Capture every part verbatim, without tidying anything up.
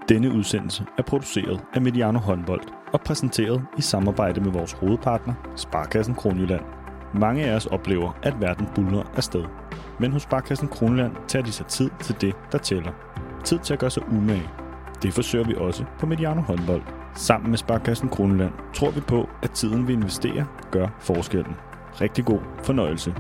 Denne udsendelse er produceret af Mediano Håndbold og præsenteret i samarbejde med vores hovedpartner, Sparekassen Kronjylland. Mange af os oplever, at verden buldrer afsted. Men hos Sparekassen Kronjylland tager de sig tid til det, der tæller. Tid til at gøre sig umage. Det forsøger vi også på Mediano Håndbold. Sammen med Sparekassen Kronjylland tror vi på, at tiden vi investerer gør forskellen. Rigtig god fornøjelse.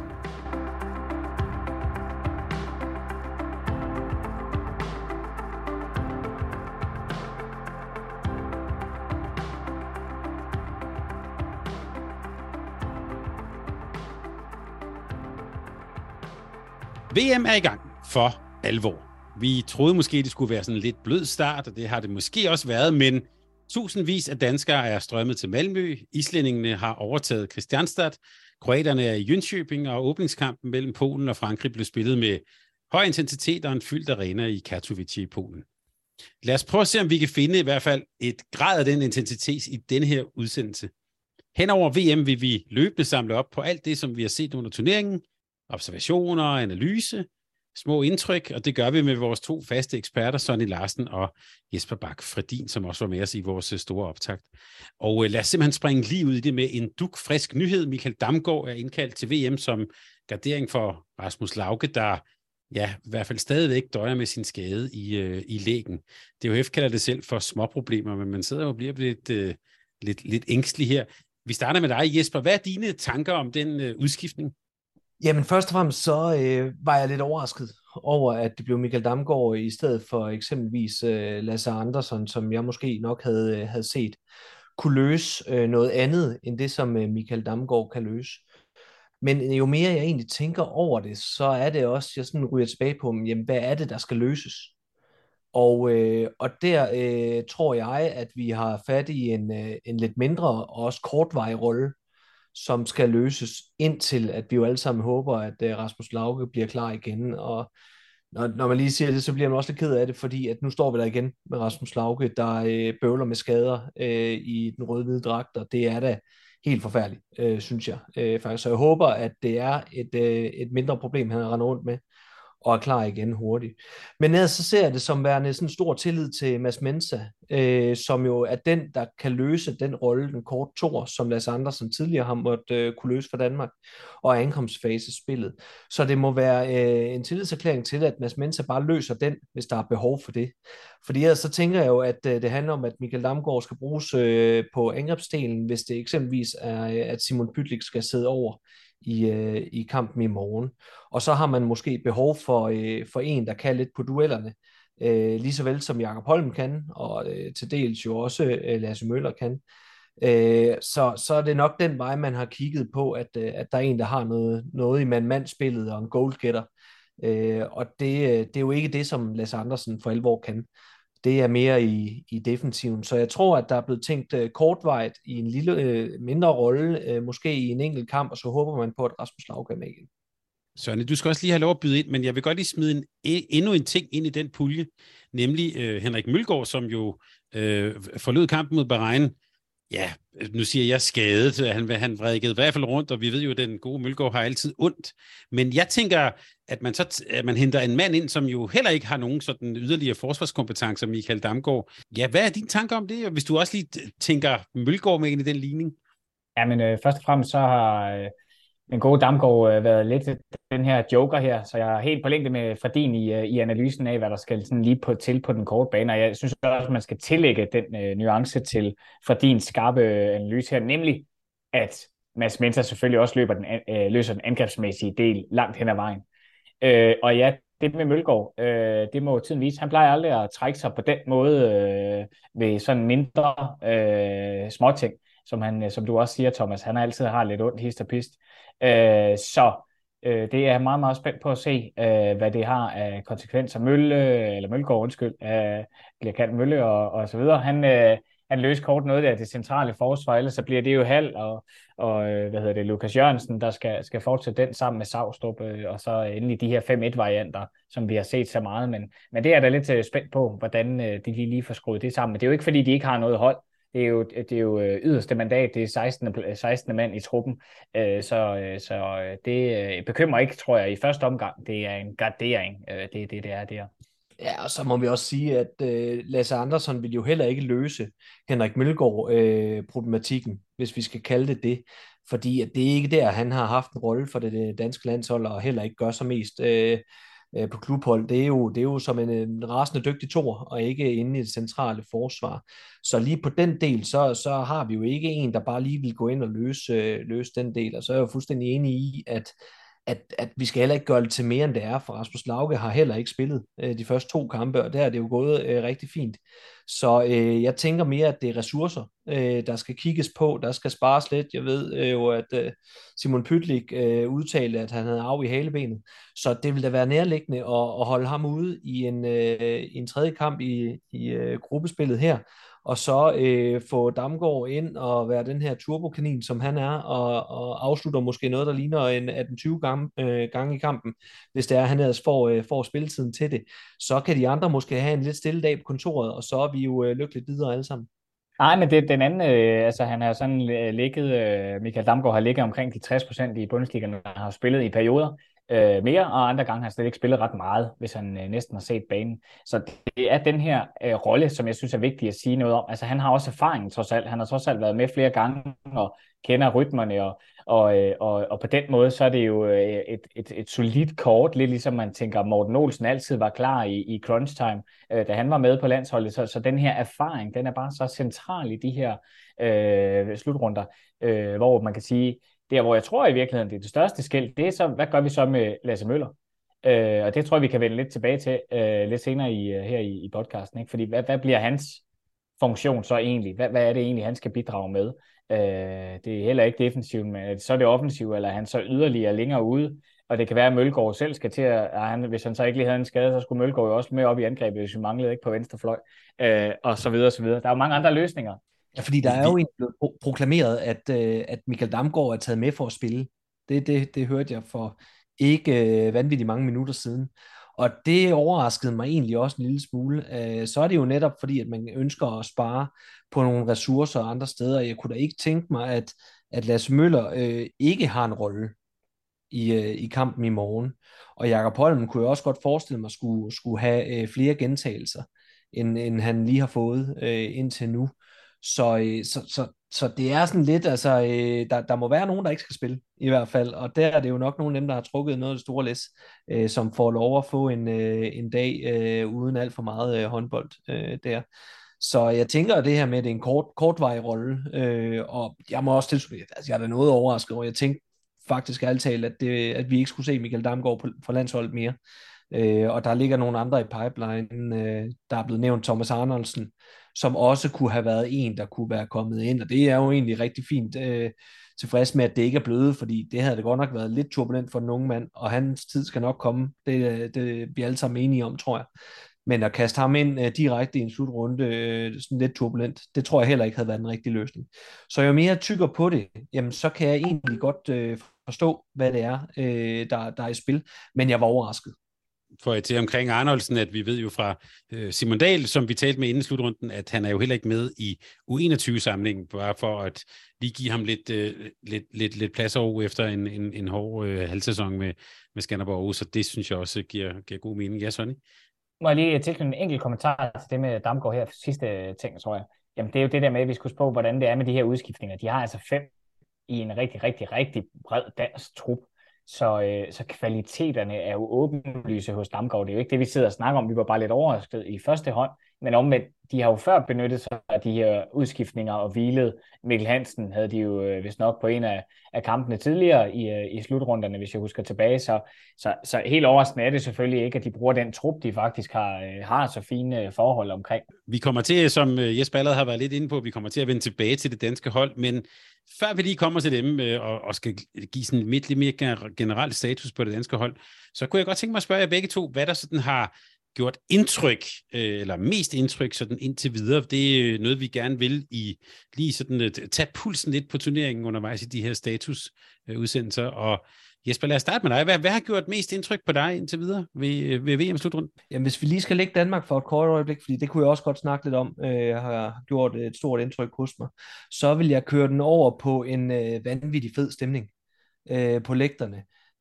V M er i gang for alvor. Vi troede måske, det skulle være sådan en lidt blød start, og det har det måske også været, men tusindvis af danskere er strømmet til Malmø, islændingene har overtaget Kristianstad, kroaterne er i Jönköping, og åbningskampen mellem Polen og Frankrig blev spillet med høj intensitet og en fyldt arena i Katowice i Polen. Lad os prøve at se, om vi kan finde i hvert fald et grad af den intensitet i denne her udsendelse. Henover V M vil vi løbende samle op på alt det, som vi har set under turneringen, observationer, analyse, små indtryk, og det gør vi med vores to faste eksperter, Sonny Larsen og Jesper Bak Fredin, som også var med os i vores store optakt. Og lad os simpelthen springe lige ud i det med en dugfrisk nyhed. Michael Damgaard er indkaldt til V M som gardering for Rasmus Lauke, der ja, i hvert fald stadigvæk døjer med sin skade i, øh, i lægen. D H F kalder det selv for småproblemer, men man sidder jo og bliver lidt, øh, lidt, lidt ængstelig her. Vi starter med dig, Jesper. Hvad er dine tanker om den øh, udskiftning? Jamen først og fremmest så øh, var jeg lidt overrasket over, at det blev Michael Damgaard i stedet for eksempelvis øh, Lasse Andersson, som jeg måske nok havde, havde set, kunne løse øh, noget andet end det, som øh, Michael Damgaard kan løse. Men jo mere jeg egentlig tænker over det, så er det også, jeg sådan ryger tilbage på, jamen, hvad er det, der skal løses? Og, øh, og der øh, tror jeg, at vi har fat i en, øh, en lidt mindre og også kortvarig rolle, som skal løses indtil, at vi jo alle sammen håber, at uh, Rasmus Lauke bliver klar igen. Og når, når man lige siger det, så bliver man også lidt ked af det, fordi at nu står vi der igen med Rasmus Lauke, der uh, bøvler med skader uh, i den røde-hvide dragt, og det er da helt forfærdeligt, uh, synes jeg. Uh, faktisk. Så jeg håber, at det er et, uh, et mindre problem, han render rundt med, og er klar igen hurtigt. Men ellers så ser jeg det som værende sådan en stor tillid til Mads Mensa, øh, som jo er den, der kan løse den rolle, den kort tor, som Lasse Andersen tidligere har måttet øh, kunne løse for Danmark, og ankomstfase spillet. Så det må være øh, en tillidserklæring til, at Mads Mensa bare løser den, hvis der er behov for det. Fordi ellers så tænker jeg jo, at øh, det handler om, at Michael Damgaard skal bruges øh, på angrebsdelen, hvis det eksempelvis er, at Simon Pytlik skal sidde over i, øh, i kampen i morgen. Og så har man måske behov for, øh, for en, der kan lidt på duellerne, øh, lige så vel som Jakob Holm kan, og øh, til dels jo også øh, Lasse Møller kan. Øh, så, så er det nok den vej, man har kigget på, at, øh, at der er en, der har noget, noget i mand-mand-spillet og en goalgetter. Øh, og det, det er jo ikke det, som Lasse Andersen for alvor kan. Det er mere i, i defensiven. Så jeg tror, at der er blevet tænkt uh, kortvejt i en lille, uh, mindre rolle, uh, måske i en enkelt kamp, og så håber man på, at Rasmus Lauke er med igen. Søren, du skal også lige have lov at byde ind, men jeg vil godt lige smide en, endnu en ting ind i den pulje, nemlig uh, Henrik Mølgaard, som jo uh, forlod kampen mod Bahrain. Ja, nu siger jeg skadet, han, han vrækkede i hvert fald rundt, og vi ved jo, at den gode Mølgaard har altid ondt. Men jeg tænker, at man, så, at man henter en mand ind, som jo heller ikke har nogen sådan yderligere forsvarskompetencer, Michael Damgaard. Ja, hvad er dine tanker om det? Og hvis du også lige tænker Mølgaard med ind i den ligning? Ja, men øh, først og fremmest så har øh, den gode Damgaard øh, været lidt den her joker her, så jeg er helt på længde med Fredin i, øh, i analysen af, hvad der skal sådan lige på, til på den korte bane, og jeg synes også, at man skal tillægge den øh, nuance til Fredins skarpe øh, analyse her, nemlig at Mads Mensa selvfølgelig også løber den, øh, løser den angrebsmæssige del langt hen ad vejen. Øh, og ja, det med Mølgaard, øh, det må tiden vise. Han plejer aldrig at trække sig på den måde øh, ved sådan mindre øh, småting, som, han, som du også siger, Thomas. Han altid har lidt ondt, hist og pist. Øh, så øh, det er jeg meget, meget spændt på at se, øh, hvad det har af konsekvenser. Mølle, eller Mølgaard, undskyld, øh, bliver kaldt Mølle og, og så videre. Han, øh, han løser kort noget af det centrale forsvar, ellers så bliver det jo Hald og, og hvad hedder det, Lukas Jørgensen, der skal, skal fortsætte den sammen med Savstrup, og så endelig de her fem et-varianter, som vi har set så meget. Men, men det er da lidt spændt på, hvordan de lige, lige får skruet det sammen. Men det er jo ikke, fordi de ikke har noget hold. Det er jo, det er jo yderste mandat, det er sekstende, sekstende mand i truppen, så, så det bekymrer ikke, tror jeg, i første omgang. Det er en gardering, det er det, det er der. Ja, og så må vi også sige, at øh, Lasse Andersson vil jo heller ikke løse Henrik Mølgaard-problematikken, hvis vi skal kalde det det. Fordi at det er ikke der, han har haft en rolle for det, det danske landshold, og heller ikke gør sig mest øh, øh, på klubhold. Det er jo, det er jo som en, en rasende dygtig tor, og ikke inde i det centrale forsvar. Så lige på den del, så, så har vi jo ikke en, der bare lige vil gå ind og løse, øh, løse den del. Og så er jeg jo fuldstændig enig i, at at, at vi skal heller ikke gøre det til mere, end det er, for Rasmus Lauke har heller ikke spillet øh, de første to kampe, og der er det jo gået øh, rigtig fint. Så øh, jeg tænker mere, at det er ressourcer, øh, der skal kigges på, der skal spares lidt. Jeg ved øh, jo, at øh, Simon Pytlik øh, udtalte, at han havde arv i halebenet, så det vil da være nærliggende at, at holde ham ude i en, øh, i en tredje kamp i, i øh, gruppespillet her, og så øh, få Damgaard ind og være den her turbokanin, som han er, og, og afslutter måske noget, der ligner en atten tyve gange, øh, gange i kampen, hvis det er, at han ellers får, øh, får spilletiden til det. Så kan de andre måske have en lidt stille dag på kontoret, og så er vi jo øh, lykkeligt videre alle sammen. Nej, men det, den anden, øh, altså han har sådan øh, ligget, øh, Michael Damgaard har ligget omkring de tres procent i Bundesliga, når han har spillet i perioder øh, mere, og andre gange har han slet ikke spillet ret meget, hvis han øh, næsten har set banen. Så det er den her øh, rolle, som jeg synes er vigtig at sige noget om. Altså han har også erfaring trods alt, han har trods alt været med flere gange, og kender rytmerne, og, og, øh, og, og på den måde, så er det jo øh, et, et, et solidt kort, lidt ligesom man tænker, Morten Olsen altid var klar i, i crunch time, øh, da han var med på landsholdet, så, så den her erfaring, den er bare så central i de her øh, slutrunder, øh, hvor man kan sige, der hvor jeg tror i virkeligheden, det er det største skilt, det er så, hvad gør vi så med Lasse Møller? Øh, og det tror jeg, vi kan vende lidt tilbage til øh, lidt senere i, her i, i podcasten, ikke? Fordi hvad, hvad bliver hans funktion så egentlig? Hvad, hvad er det egentlig, han skal bidrage med? Øh, det er heller ikke defensivt, men så er det offensivt, eller er han så yderligere længere ude, og det kan være, at Mølgaard selv skal til at, han, hvis han så ikke lige havde en skade, så skulle Mølgaard jo også med op i angrebet, hvis vi manglede ikke på venstre fløj, øh, og så videre, og så videre. Der er jo mange andre løsninger. Ja, fordi der er jo egentlig blevet pro- proklameret, at, øh, at Michael Damgaard er taget med for at spille. Det, det, det hørte jeg for ikke øh, vanvittigt mange minutter siden. Og det overraskede mig egentlig også en lille smule. Øh, så er det jo netop fordi, at man ønsker at spare på nogle ressourcer andre steder. Jeg kunne da ikke tænke mig, at, at Lasse Møller øh, ikke har en rolle i, øh, i kampen i morgen. Og Jakob Holm kunne jeg også godt forestille mig skulle, skulle have øh, flere gentagelser, end, end han lige har fået øh, indtil nu. Så, øh, så, så, så det er sådan lidt, altså, øh, der, der må være nogen, der ikke skal spille, i hvert fald. Og der er det jo nok nogle af dem, der har trukket noget af det store læs, øh, som får lov at få en, øh, en dag øh, uden alt for meget øh, håndbold øh, der. Så jeg tænker, at det her med, at det er en kort, kortvarig rolle, øh, og jeg må også tilslutte, altså jeg er da noget overrasket over, jeg tænkte faktisk ærligt talt, at, det, at vi ikke skulle se Michael Damgaard på, på landsholdet mere. Øh, og der ligger nogle andre i pipeline. Øh, der er blevet nævnt Thomas Arnoldsen, som også kunne have været en, der kunne være kommet ind, og det er jo egentlig rigtig fint øh, tilfreds med, at det ikke er blevet, fordi det havde det godt nok været lidt turbulent for den unge mand, og hans tid skal nok komme. Det, det vi alle sammen enige om, tror jeg. Men at kaste ham ind uh, direkte i en slutrunde, uh, sådan lidt turbulent, det tror jeg heller ikke havde været en rigtig løsning. Så jo mere jeg tykker på det, jamen så kan jeg egentlig godt uh, forstå, hvad det er, uh, der, der er i spil, men jeg var overrasket. For til omkring Arnoldsen, at vi ved jo fra øh, Simon Dahl, som vi talte med inden slutrunden, at han er jo heller ikke med i U enogtyve-samlingen, bare for at lige give ham lidt, øh, lidt, lidt, lidt plads over efter en, en, en hård øh, halvsæson med, med Skanderborg Aarhus, så det synes jeg også giver, giver god mening. Ja, Sonny? Må jeg lige tilknytte en enkelt kommentar til det med Damgaard her, sidste ting, tror jeg. Jamen det er jo det der med, at vi skulle spørge, hvordan det er med de her udskiftninger. De har altså fem i en rigtig, rigtig, rigtig bred dansk trup. Så, øh, så kvaliteterne er jo åbenlyse hos Damgaard. Det er jo ikke det, vi sidder og snakker om. Vi var bare lidt overrasket i første hånd. Men omvendt, de har jo før benyttet sig af de her udskiftninger og hvilet. Mikkel Hansen havde de jo øh, vist nok på en af, af kampene tidligere i, øh, i slutrunderne, hvis jeg husker tilbage. Så, så, så helt overraskende er det selvfølgelig ikke, at de bruger den trup, de faktisk har, øh, har så fine forhold omkring. Vi kommer til, som Jesper allerede har været lidt inde på, vi kommer til at vende tilbage til det danske hold, men før vi lige kommer til dem øh, og, og skal give sådan lidt, lidt mere generel status på det danske hold, så kunne jeg godt tænke mig at spørge jer begge to, hvad der sådan har gjort indtryk, øh, eller mest indtryk sådan indtil videre. Det er noget, vi gerne vil i lige sådan at tage pulsen lidt på turneringen undervejs i de her statusudsendelser. Og Jesper, lad os starte med dig. Hvad, hvad har gjort mest indtryk på dig indtil videre ved, ved V M-slutrunden? Jamen, hvis vi lige skal lægge Danmark for et kort øjeblik, fordi det kunne jeg også godt snakke lidt om, øh, har gjort et stort indtryk hos mig, så vil jeg køre den over på en øh, vanvittig fed stemning øh, på lægterne.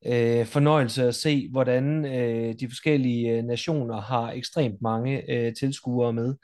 øh, fornøjelse at se, hvordan øh, de forskellige øh, nationer har ekstremt mange øh, tilskuere med.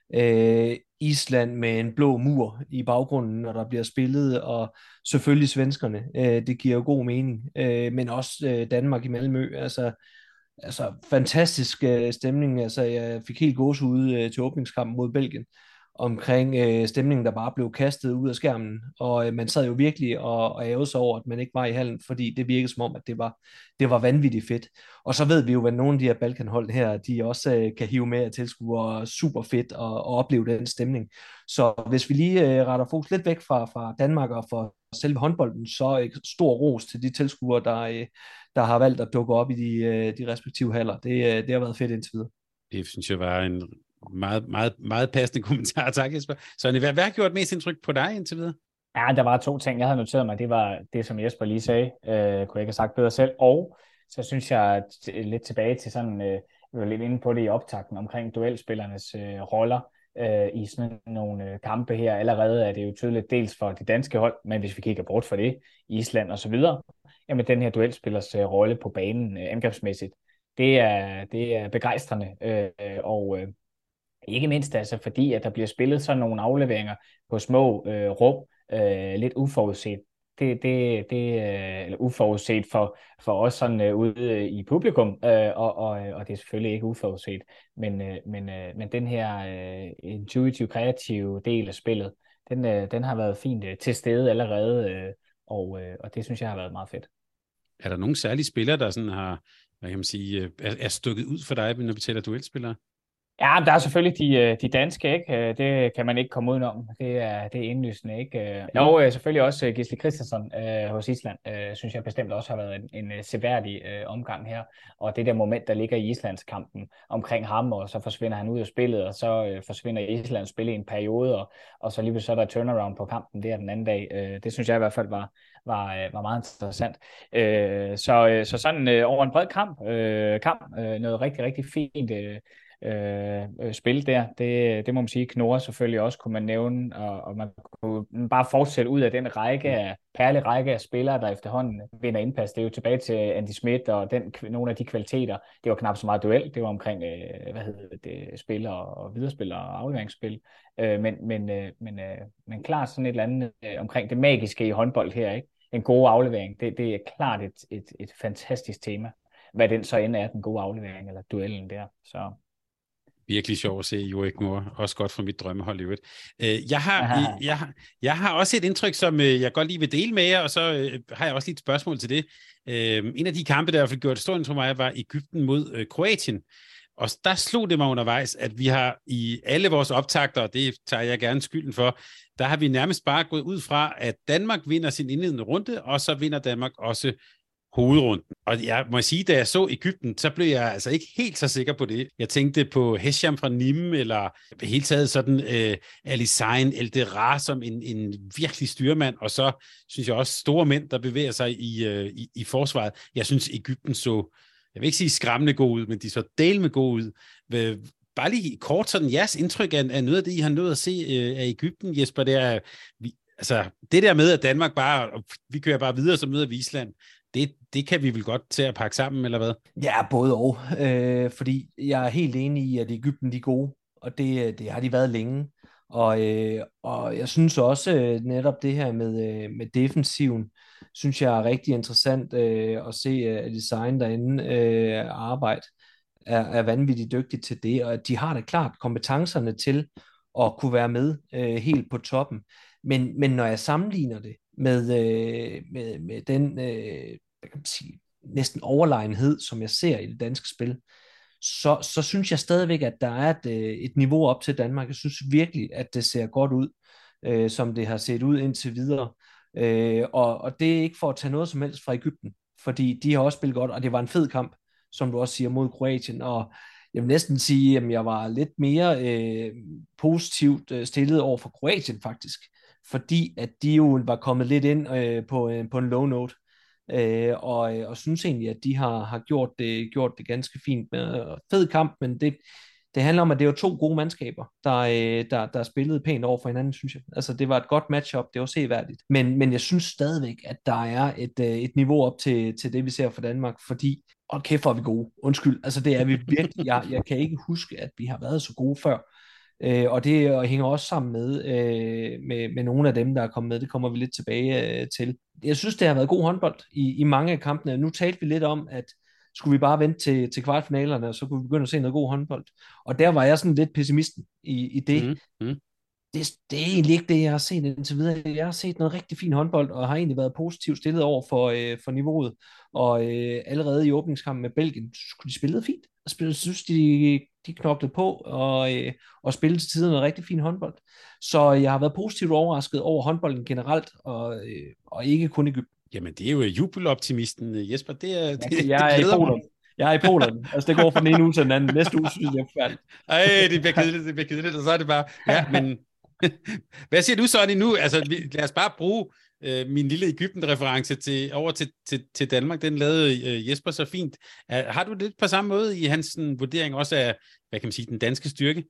Øh, Island med en blå mur i baggrunden, når der bliver spillet, og selvfølgelig svenskerne. Øh, det giver jo god mening. Øh, men også øh, Danmark i Malmø. Altså, altså fantastisk øh, stemning. Altså, jeg fik helt gåsehud øh, til åbningskampen mod Belgien omkring øh, stemningen, der bare blev kastet ud af skærmen. Og øh, man sad jo virkelig og, og ærgede sig over, at man ikke var i hallen, fordi det virkede som om, at det var, det var vanvittigt fedt. Og så ved vi jo, at nogle af de her Balkanhold her, de også øh, kan hive med at tilskuere super fedt og, og opleve den stemning. Så hvis vi lige øh, retter fokus lidt væk fra, fra Danmark og fra selve håndbolden, så øh, stor ros til de tilskuere, der, øh, der har valgt at dukke op i de, øh, de respektive haller. Det, øh, det har været fedt indtil videre. Det synes jeg var en meget, meget, meget passende kommentar. Tak, Jesper. Så hvad har gjort mest indtryk på dig indtil videre? Ja, der var to ting, jeg havde noteret mig. Det var det, som Jesper lige sagde. Øh, kunne jeg ikke have sagt bedre selv. Og så synes jeg lidt tilbage til sådan, øh, vi var lidt inde på det i optakten omkring duelspillernes øh, roller øh, i sådan nogle øh, kampe her. Allerede er det jo tydeligt dels for det danske hold, men hvis vi kigger bort for det, Island og så videre, jamen den her duelspillers øh, rolle på banen øh, angrebsmæssigt, det er, det er begejstrende. Øh, og øh, ikke mindst altså fordi, at der bliver spillet sådan nogle afleveringer på små øh, rum, øh, lidt uforudset. Det, det, det øh, eller uforudset for, for os sådan øh, ude i publikum, øh, og, og, og det er selvfølgelig ikke uforudset, men, øh, men, øh, men den her øh, intuitive, kreative del af spillet, den, øh, den har været fint øh, til stede allerede, øh, og, øh, og det synes jeg har været meget fedt. Er der nogle særlige spillere, der sådan har, hvad kan man sige, er, er stukket ud for dig, når vi taler duelspillere? Ja, der er selvfølgelig de, de danske, ikke? Det kan man ikke komme udenom. Det er, det er indlysende, ikke? Og selvfølgelig også Gisli Kristensson øh, hos Island, øh, synes jeg bestemt også har været en, en seværdig øh, omgang her. Og det der moment, der ligger i Islandskampen omkring ham, og så forsvinder han ud af spillet, og så øh, forsvinder Islands spil i en periode, og, og så lige så er der turnaround på kampen der den anden dag. Øh, det synes jeg i hvert fald var, var, var meget interessant. Øh, så, så sådan øh, over en bred kamp, øh, kamp øh, noget rigtig, rigtig fint øh, Øh, spil der, det, det må man sige. Knorre selvfølgelig også kunne man nævne, og, og man kunne bare fortsætte ud af den række af perlerække af spillere, der efterhånden vinder indpas. Det er jo tilbage til Andy Schmidt og den, nogle af de kvaliteter. Det var knap så meget duel, det var omkring øh, hvad hedder det, spil og, og viderespil og afleveringsspil, øh, men, men, øh, men, øh, men klart sådan et eller andet øh, omkring det magiske i håndbold her, ikke? En god aflevering, det, det er klart et, et, et fantastisk tema. Hvad den så end er, den gode aflevering eller duellen der, så virkelig sjov at se Jorik Knorre, også godt for mit drømmehold i øvrigt. Jeg har, jeg, har, jeg har også et indtryk, som jeg godt lige vil dele med jer, og så har jeg også lige et spørgsmål til det. En af de kampe, der i hvert fald gjorde det stort for mig, var Egypten mod Kroatien. Og der slog det mig undervejs, at vi har i alle vores optakter, og det tager jeg gerne skylden for, der har vi nærmest bare gået ud fra, at Danmark vinder sin indledende runde, og så vinder Danmark også hovedrunden. Og jeg må sige, da jeg så Egypten, så blev jeg altså ikke helt så sikker på det. Jeg tænkte på Hesham fra Nîmes, eller helt taget sådan øh, Alisain Eldera som en, en virkelig styrmand, og så synes jeg også store mænd, der bevæger sig i, øh, i, i forsvaret. Jeg synes, Egypten så, jeg vil ikke sige skræmmende god ud, men de så del med god ud. Bare lige kort sådan jeres indtryk af, af noget af det, I har nået at se øh, af Egypten, Jesper, det er, vi, altså det der med, at Danmark bare, vi kører bare videre, så møder vi Island, Det, det kan vi vel godt til at pakke sammen, eller hvad? Ja, både og. Øh, fordi jeg er helt enig i, at Egypten de er gode, og det, det har de været længe. Og, øh, og jeg synes også øh, netop det her med, øh, med defensiven, synes jeg er rigtig interessant øh, at se øh, design derinde øh, arbejde. Er, er vanvittigt dygtigt til det, og de har da klart kompetencerne til at kunne være med øh, helt på toppen. Men, men når jeg sammenligner det med, øh, med, med den øh, hvad kan man sige, næsten overlegenhed, som jeg ser i det danske spil, så, så synes jeg stadigvæk, at der er et, øh, et niveau op til Danmark. Jeg synes virkelig, at det ser godt ud, øh, som det har set ud indtil videre. Øh, og, og det er ikke for at tage noget som helst fra Egypten, fordi de har også spillet godt, og det var en fed kamp, som du også siger, mod Kroatien, og jeg vil næsten sige, at jeg var lidt mere øh, positivt stillet over for Kroatien faktisk, fordi at de jo var kommet lidt ind øh, på, øh, på en low note, øh, og, og synes egentlig, at de har, har gjort, det, gjort det ganske fint med fed kamp, men det, det handler om, at det var to gode mandskaber, der, øh, der, der spillede pænt over for hinanden, synes jeg. Altså, det var et godt matchup, det var seværdigt. Men, men jeg synes stadigvæk, at der er et, øh, et niveau op til, til det, vi ser for Danmark, fordi, og kæft, hvor er vi gode. Undskyld, altså det er vi virkelig. Jeg, jeg kan ikke huske, at vi har været så gode før. Øh, og det hænger også sammen med, øh, med, med nogle af dem, der er kommet med. Det kommer vi lidt tilbage øh, til. Jeg synes, det har været god håndbold i, i mange af kampene. Nu talte vi lidt om, at skulle vi bare vente til, til kvartfinalerne, og så kunne vi begynde at se noget god håndbold. Og der var jeg sådan lidt pessimisten i, i det. Mm, mm. det. Det er egentlig ikke det, jeg har set indtil videre. Jeg har set noget rigtig fint håndbold, og har egentlig været positivt stillet over for, øh, for niveauet. Og øh, allerede i åbningskampen med Belgien, skulle de spille fint. Jeg synes, de, de knoklede på, og, øh, og spillede til tider noget rigtig fint håndbold. Så jeg har været positivt overrasket over håndbolden generelt, og, øh, og ikke kun i Egypten. Jamen, det er jo jubeloptimisten, Jesper. Det er, det, jeg, det jeg, er i Polen. Jeg er i Polen. Altså, det går fra den ene uge til den anden. Næste uge synes jeg er færdigt. Ej, det bliver kedeligt, det bliver kedeligt, og så er det bare... Ja, men... Hvad siger du, Sonny, nu? Altså, lad os bare bruge øh, min lille Egypten-reference til, over til, til, til Danmark. Den lavede øh, Jesper så fint. Uh, har du det på samme måde i hans sådan, vurdering også af, hvad kan man sige, den danske styrke?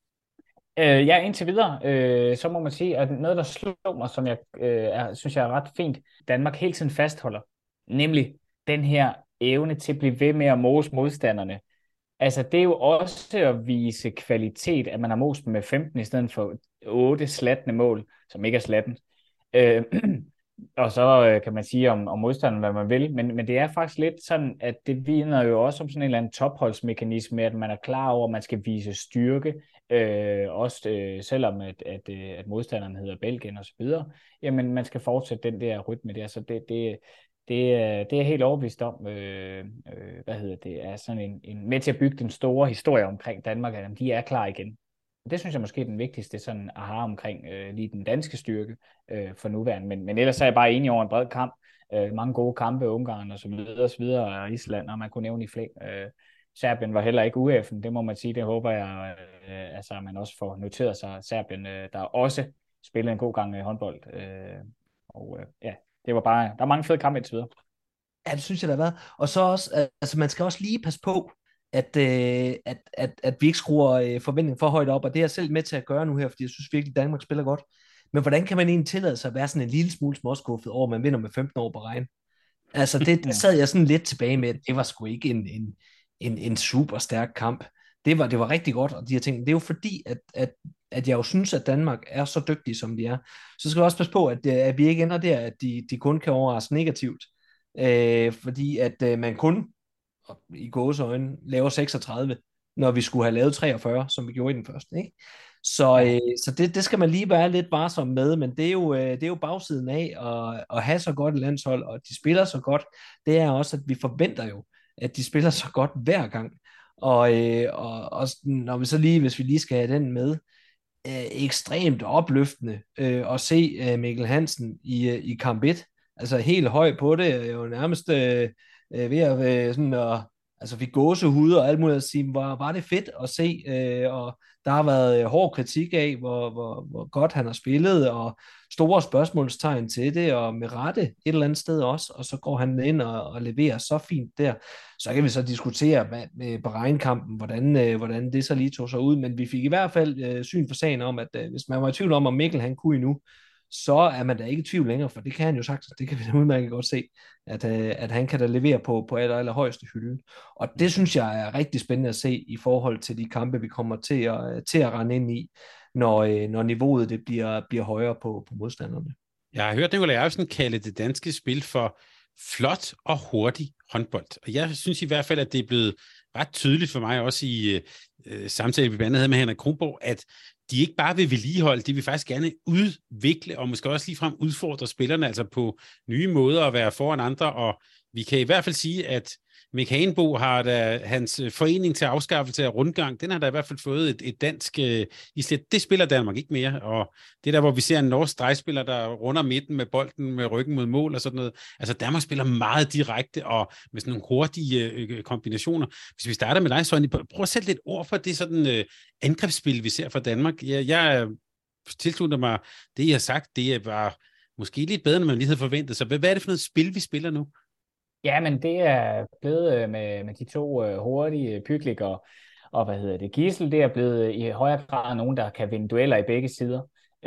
Øh, ja, indtil videre, øh, så må man sige, at noget, der slår mig, som jeg øh, er, synes jeg er ret fint, Danmark hele tiden fastholder, nemlig den her evne til at blive ved med at mose modstanderne. Altså, det er jo også at vise kvalitet, at man har most med femten i stedet for otte slattende mål, som ikke er slatten. Øh, og så øh, kan man sige om, om modstanderen, hvad man vil, men, men det er faktisk lidt sådan, at det vidner jo også om sådan en eller anden topholdsmekanisme, at man er klar over, at man skal vise styrke, øh, også øh, selvom at, at, at modstanderen hedder Belgien og så videre, jamen man skal fortsætte den der rytme der, så det, det, det, det er helt overbevist om, øh, øh, hvad hedder det, er sådan en, en med til at bygge den store historie omkring Danmark, at de er klar igen. Det synes jeg måske er den vigtigste sådan aha omkring øh, lige den danske styrke øh, for nuværende. Men, men ellers er jeg bare enig over en bred kamp. Øh, mange gode kampe, Ungarn og så videre, og så videre, og Island, og man kunne nævne i flæng. Øh, Serbien var heller ikke U E F'en, det må man sige. Det håber jeg, øh, altså, man også får noteret sig. Serbien, øh, der også spillet en god gang i håndbold. Øh, og øh, ja, det var bare, der er mange fede kampe indtil videre. Ja, det synes jeg, der har været. Og så også, altså man skal også lige passe på, at, øh, at, at, at vi ikke skruer øh, forventningen for højt op, og det er jeg selv med til at gøre nu her, fordi jeg synes virkelig, at Danmark spiller godt. Men hvordan kan man egentlig tillade sig at være sådan en lille smule småskuffet over, at man vinder med femten år på regn? Altså det der sad jeg sådan lidt tilbage med, at det var sgu ikke en, en, en, en super stærk kamp. Det var, det var rigtig godt, og de her ting. Det er jo fordi, at, at, at jeg jo synes, at Danmark er så dygtige, som de er. Så skal vi også passe på, at, at vi ikke ender der, at de, de kun kan overraske negativt. Øh, fordi at øh, man kun i gåseøjne laver seksogtredive, når vi skulle have lavet treogfyrre, som vi gjorde i den første, ikke? Så, øh, så det, det skal man lige være lidt varsom med, men det er jo, øh, det er jo bagsiden af at, at have så godt et landshold, og de spiller så godt, det er også, at vi forventer jo, at de spiller så godt hver gang. Og, øh, og, og når vi så lige, hvis vi lige skal have den med, øh, ekstremt opløftende øh, at se øh, Mikkel Hansen i, øh, i kamp et, altså helt høj på det, jo nærmest øh, ved at øh, sådan at altså fik gåsehud og alt muligt at sige, var, var det fedt at se, øh, og der har været øh, hård kritik af, hvor, hvor, hvor godt han har spillet, og store spørgsmålstegn til det, og med rette et eller andet sted også, og så går han ind og, og leverer så fint der. Så kan vi så diskutere hvad, med Bahrain-kampen, hvordan, øh, hvordan det så lige tog sig ud, men vi fik i hvert fald øh, syn for sagen om, at øh, hvis man var i tvivl om, om Mikkel han kunne endnu, så er man da ikke i tvivl længere, for det kan han jo sagtens, det kan vi da udmærket godt se, at, at han kan da levere på, på aller, aller højeste hylde. Og det synes jeg er rigtig spændende at se i forhold til de kampe, vi kommer til at, til at rende ind i, når, når niveauet det bliver, bliver højere på, på modstanderne. Jeg har hørt Nikolaj Eivesen kalde det danske spil for flot og hurtig håndbold. Og jeg synes i hvert fald, at det er blevet ret tydeligt for mig, også i øh, samtale, vi blandt andet havde med Henrik Kronborg, at de ikke bare vil vedligeholde, de vil faktisk gerne udvikle, og måske også ligefrem udfordre spillerne, altså på nye måder at være foran andre, og vi kan i hvert fald sige, at Mick Hagenbo har da, hans forening til afskaffelse af rundgang, den har da i hvert fald fået et, et dansk øh, islet. Det spiller Danmark ikke mere, og det er der, hvor vi ser en norsk stregspiller, der runder midten med bolden med ryggen mod mål og sådan noget. Altså Danmark spiller meget direkte, og med sådan nogle hurtige øh, kombinationer. Hvis vi starter med dig, Sonny, prøv at sætte lidt ord for det sådan øh, angrebsspil, vi ser fra Danmark. Jeg, jeg tilslutter mig det, I har sagt, det er bare måske lidt bedre, end man lige havde forventet. Så hvad er det for noget spil, vi spiller nu? Ja, men det er blevet med, med de to uh, hurtige Pyklik og, og hvad hedder det, Gisel, det er blevet i højere grad nogen, der kan vinde dueller i begge sider.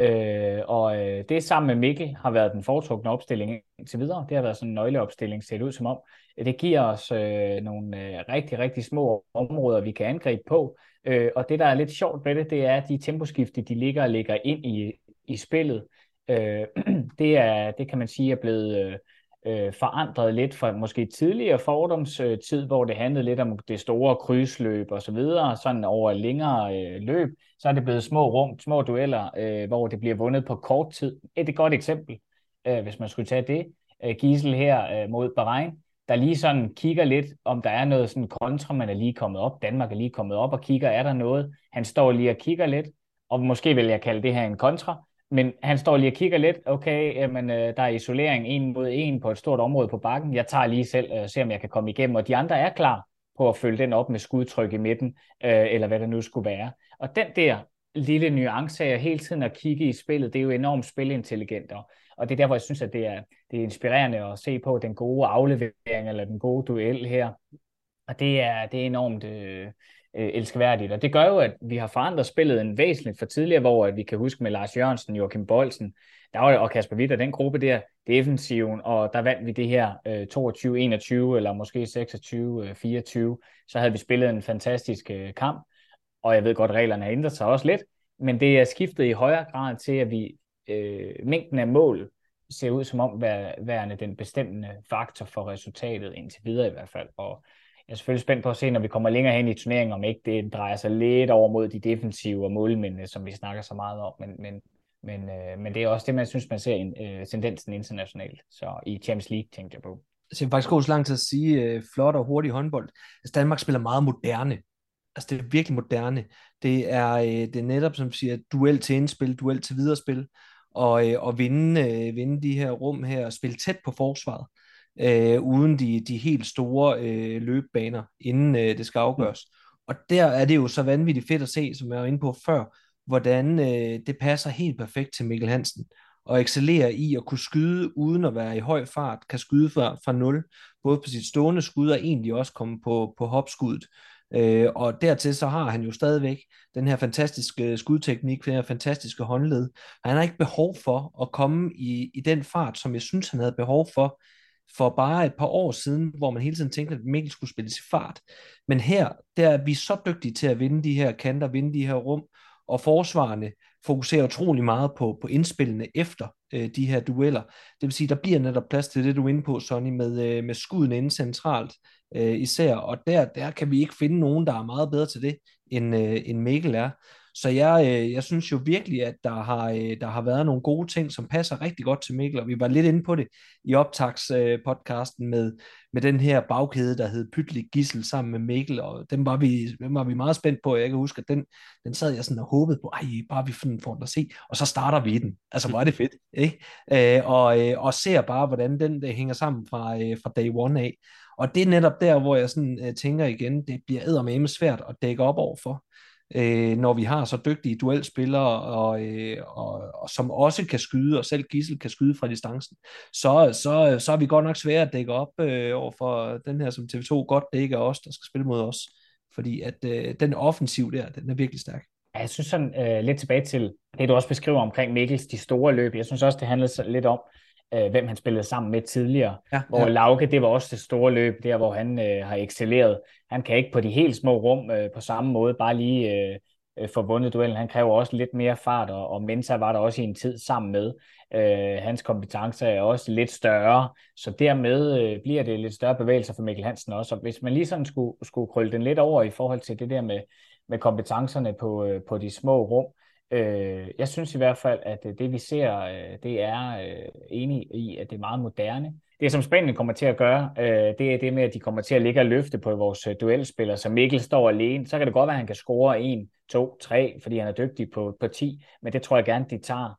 Øh, og øh, det sammen med Mikkel har været den foretrukne opstilling indtil videre. Det har været sådan en nøgleopstilling, ser det ud som om. Det giver os øh, nogle øh, rigtig, rigtig små områder, vi kan angribe på. Øh, og det, der er lidt sjovt ved det, det er, at de temposkifte, de ligger og ligger ind i, i spillet. Øh, det, er, det kan man sige er blevet øh, øh, forandret lidt fra måske tidligere fordomstid, hvor det handlede lidt om det store krydsløb og så videre, sådan over længere øh, løb. Så er det blevet små rum, små dueller, øh, hvor det bliver vundet på kort tid. Et godt eksempel, øh, hvis man skulle tage det. Øh, Gisel her øh, mod Bahrain, der lige sådan kigger lidt, om der er noget sådan kontra, man er lige kommet op. Danmark er lige kommet op og kigger, er der noget? Han står lige og kigger lidt, og måske vil jeg kalde det her en kontra, men han står lige og kigger lidt, okay, jamen, øh, der er isolering en mod en på et stort område på bakken. Jeg tager lige selv og øh, ser, om jeg kan komme igennem, og de andre er klar på at følge den op med skudtryk i midten, øh, eller hvad det nu skulle være. Og den der lille nuance af hele tiden at kigge i spillet, det er jo enormt spilintelligent, og det er derfor, jeg synes, at det er, det er inspirerende at se på den gode aflevering, eller den gode duel her. Og det er, det er enormt øh, øh, elskværdigt, og det gør jo, at vi har forandret spillet en væsentligt for tidligere, hvor at vi kan huske med Lars Jørgensen, Joachim Boldsen, der var, og Kasper Witt og den gruppe der, defensiven, og der vandt vi det her øh, toogtyve enogtyve, eller måske seksogtyve fireogtyve, så havde vi spillet en fantastisk øh, kamp, og jeg ved godt, reglerne har ændret sig også lidt, men det er skiftet i højere grad til, at vi øh, mængden af mål ser ud som om værende den bestemmende faktor for resultatet, indtil videre i hvert fald, og jeg er selvfølgelig spændt på at se, når vi kommer længere hen i turneringen, om ikke det drejer sig lidt over mod de defensive og målmændene, som vi snakker så meget om, men, men, men, øh, men det er også det, man synes, man ser en, øh, tendensen internationalt, så i Champions League tænkte jeg på. Så jeg vil faktisk gå så langt til at sige, øh, flot og hurtig håndbold. Altså Danmark spiller meget moderne. Altså det er virkelig moderne. Det er, øh, det er netop, som siger, duel til indspil, duel til viderespil, og, øh, og vinde, øh, vinde de her rum her, og spille tæt på forsvaret, øh, uden de, de helt store øh, løbebaner, inden øh, det skal afgøres. Mm. Og der er det jo så vanvittigt fedt at se, som jeg var inde på før, hvordan øh, det passer helt perfekt til Mikkel Hansen, og excellerer i at kunne skyde uden at være i høj fart, kan skyde fra, fra nul, både på sit stående skud og egentlig også komme på, på hopskuddet. Øh, og dertil så har han jo stadigvæk den her fantastiske skudteknik, den her fantastiske håndled. Han har ikke behov for at komme i, i den fart, som jeg synes, han havde behov for, for bare et par år siden, hvor man hele tiden tænkte, at Mikkel skulle spille i fart. Men her, der er vi så dygtige til at vinde de her kanter, vinde de her rum, og forsvarerne fokuserer utrolig meget på, på indspillene efter øh, de her dueller. Det vil sige, der bliver netop plads til det, du er inde på, Sonny, med, øh, med skuden inde centralt øh, især, og der, der kan vi ikke finde nogen, der er meget bedre til det, end, øh, end Mikkel er. Så jeg, øh, jeg synes jo virkelig, at der har, øh, der har været nogle gode ting, som passer rigtig godt til Mikkel, og vi var lidt inde på det i optagspodcasten øh, med, med den her bagkæde, der hed Pytlik Gisel sammen med Mikkel, og dem var vi, dem var vi meget spændt på. Jeg kan huske, at den, den sad jeg sådan og håbede på, ej, bare vi får den at se, og så starter vi den. Altså, hvor er det fedt, ikke? Øh, og, øh, og ser bare, hvordan den der hænger sammen fra, øh, fra day one af. Og det er netop der, hvor jeg sådan øh, tænker igen, det bliver eddermame svært at dække op overfor, øh, når vi har så dygtige duelspillere, og, øh, og, og som også kan skyde, og selv Gisel kan skyde fra distancen, så, så, så er vi godt nok svære at dække op øh, overfor den her, som T V to godt, det ikke er os, der skal spille mod os. Fordi at øh, den offensiv der, den er virkelig stærk. Ja, jeg synes sådan øh, lidt tilbage til det, du også beskriver omkring Mikkels, de store løb. Jeg synes også, det handlede lidt om, øh, hvem han spillede sammen med tidligere. Ja, hvor ja. Lauke, det var også det store løb, der hvor han øh, har excelleret. Han kan ikke på de helt små rum øh, på samme måde bare lige øh, få vundet duellen. Han kræver også lidt mere fart, og, og Mensa var der også i en tid sammen med. Øh, hans kompetencer er også lidt større, så dermed øh, bliver det lidt større bevægelser for Mikkel Hansen også. Og hvis man lige sådan skulle, skulle krølle den lidt over i forhold til det der med med kompetencerne på, øh, på de små rum. Øh, jeg synes i hvert fald, at det vi ser, øh, det er øh, enig i, at det er meget moderne. Det som Spanien kommer til at gøre, øh, det er det med, at de kommer til at ligge og løfte på vores øh, duelspillere, så Mikkel står alene. Så kan det godt være, at han kan score en, to, tre, fordi han er dygtig på, på ti, men det tror jeg gerne, de tager.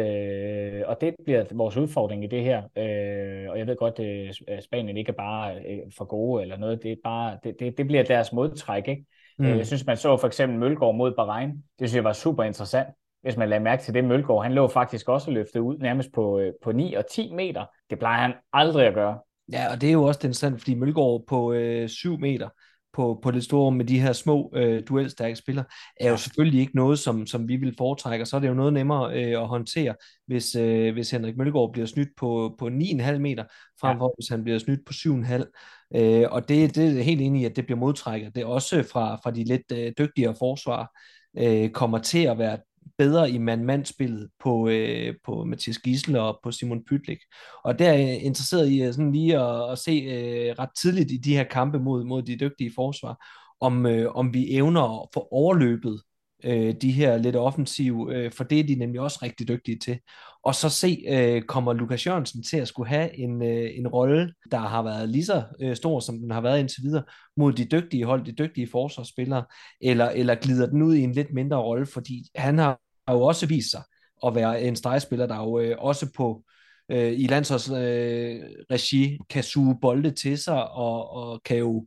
Øh, og det bliver vores udfordring i det her. Øh, og jeg ved godt, at Spanien ikke er bare øh, for gode eller noget. Det, er bare, det, det, det bliver deres modtræk, ikke? Mm. Jeg synes, man så for eksempel Mølgaard mod Bahrain. Det synes jeg var super interessant. Hvis man lader mærke til det, Mølgaard, han lå faktisk også løftet ud nærmest på, på ni og ti meter. Det plejer han aldrig at gøre. Ja, og det er jo også interessant, fordi Mølgaard på øh, syv meter på, på det store rum med de her små øh, duelstærke spillere, er jo selvfølgelig ikke noget, som, som vi vil foretrække, og så er det jo noget nemmere øh, at håndtere, hvis, øh, hvis Henrik Mølgaard bliver snydt på, på ni komma fem meter, frem for hvis han bliver snydt på syv komma fem. Øh, og det, det er helt enig i, at det bliver modtrækket. Det er også fra, fra de lidt øh, dygtigere forsvar, øh, kommer til at være bedre i mand-mand-spillet på, øh, på Mathias Gidsel og på Simon Pytlik. Og der er jeg interesseret i sådan lige at, at se øh, ret tidligt i de her kampe mod, mod de dygtige forsvar, om, øh, om vi evner at få overløbet øh, de her lidt offensive, øh, for det er de nemlig også rigtig dygtige til. Og så se, øh, kommer Lukas Jørgensen til at skulle have en, øh, en rolle, der har været lige så øh, stor, som den har været indtil videre, mod de dygtige hold, de dygtige forsvarsspillere, eller, eller glider den ud i en lidt mindre rolle, fordi han har jo også vist sig at være en stregspiller, der jo øh, også på øh, i landsholdsregi øh, kan suge bolde til sig, og, og kan jo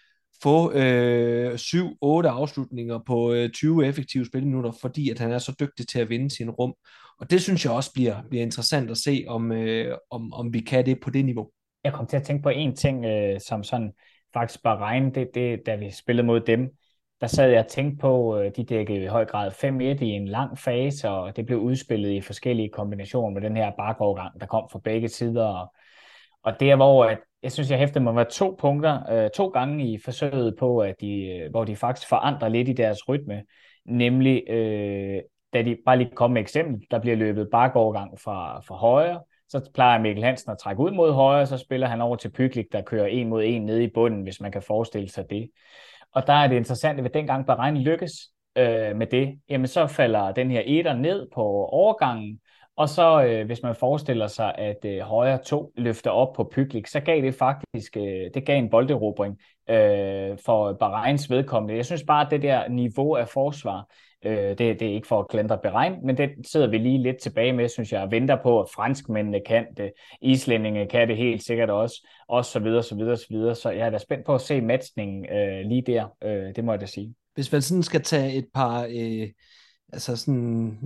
få øh, syv otte afslutninger på øh, tyve effektive spilminutter, fordi at han er så dygtig til at vinde sin rum. Og det synes jeg også bliver, bliver interessant at se, om, øh, om, om vi kan det på det niveau. Jeg kom til at tænke på en ting, øh, som sådan faktisk Bahrain, det, det, da vi spillede mod dem, der sad jeg og tænkte på, øh, de dækkede i høj grad fem et i en lang fase, og det blev udspillet i forskellige kombinationer med den her bakovergang, der kom fra begge sider. Og, og der, hvor at, jeg synes, jeg hæftede mig med to punkter, øh, to gange i forsøget på, at de, hvor de faktisk forandrer lidt i deres rytme, nemlig, øh, da de bare lige kom med et eksempel, der bliver løbet bakovergang fra, fra højre, så plejer Mikkel Hansen at trække ud mod højre, så spiller han over til Pytlik, der kører en mod en nede i bunden, hvis man kan forestille sig det. Og der er det interessant, at dengang Bahrain lykkes øh, med det, jamen så falder den her etter ned på overgangen, og så øh, hvis man forestiller sig, at øh, højre to løfter op på Pytlik, så gav det faktisk øh, det gav en bolderobring øh, for Bahrains vedkommende. Jeg synes bare, at det der niveau af forsvar, øh, det, det er ikke for at klandre Bahrain, men det sidder vi lige lidt tilbage med, synes jeg, og venter på, at franskmændene kan det, islændinge kan det helt sikkert også, og så videre, så videre, så videre. Så jeg er da spændt på at se matchningen øh, lige der, øh, det må jeg da sige. Hvis man sådan skal tage et par øh, altså sådan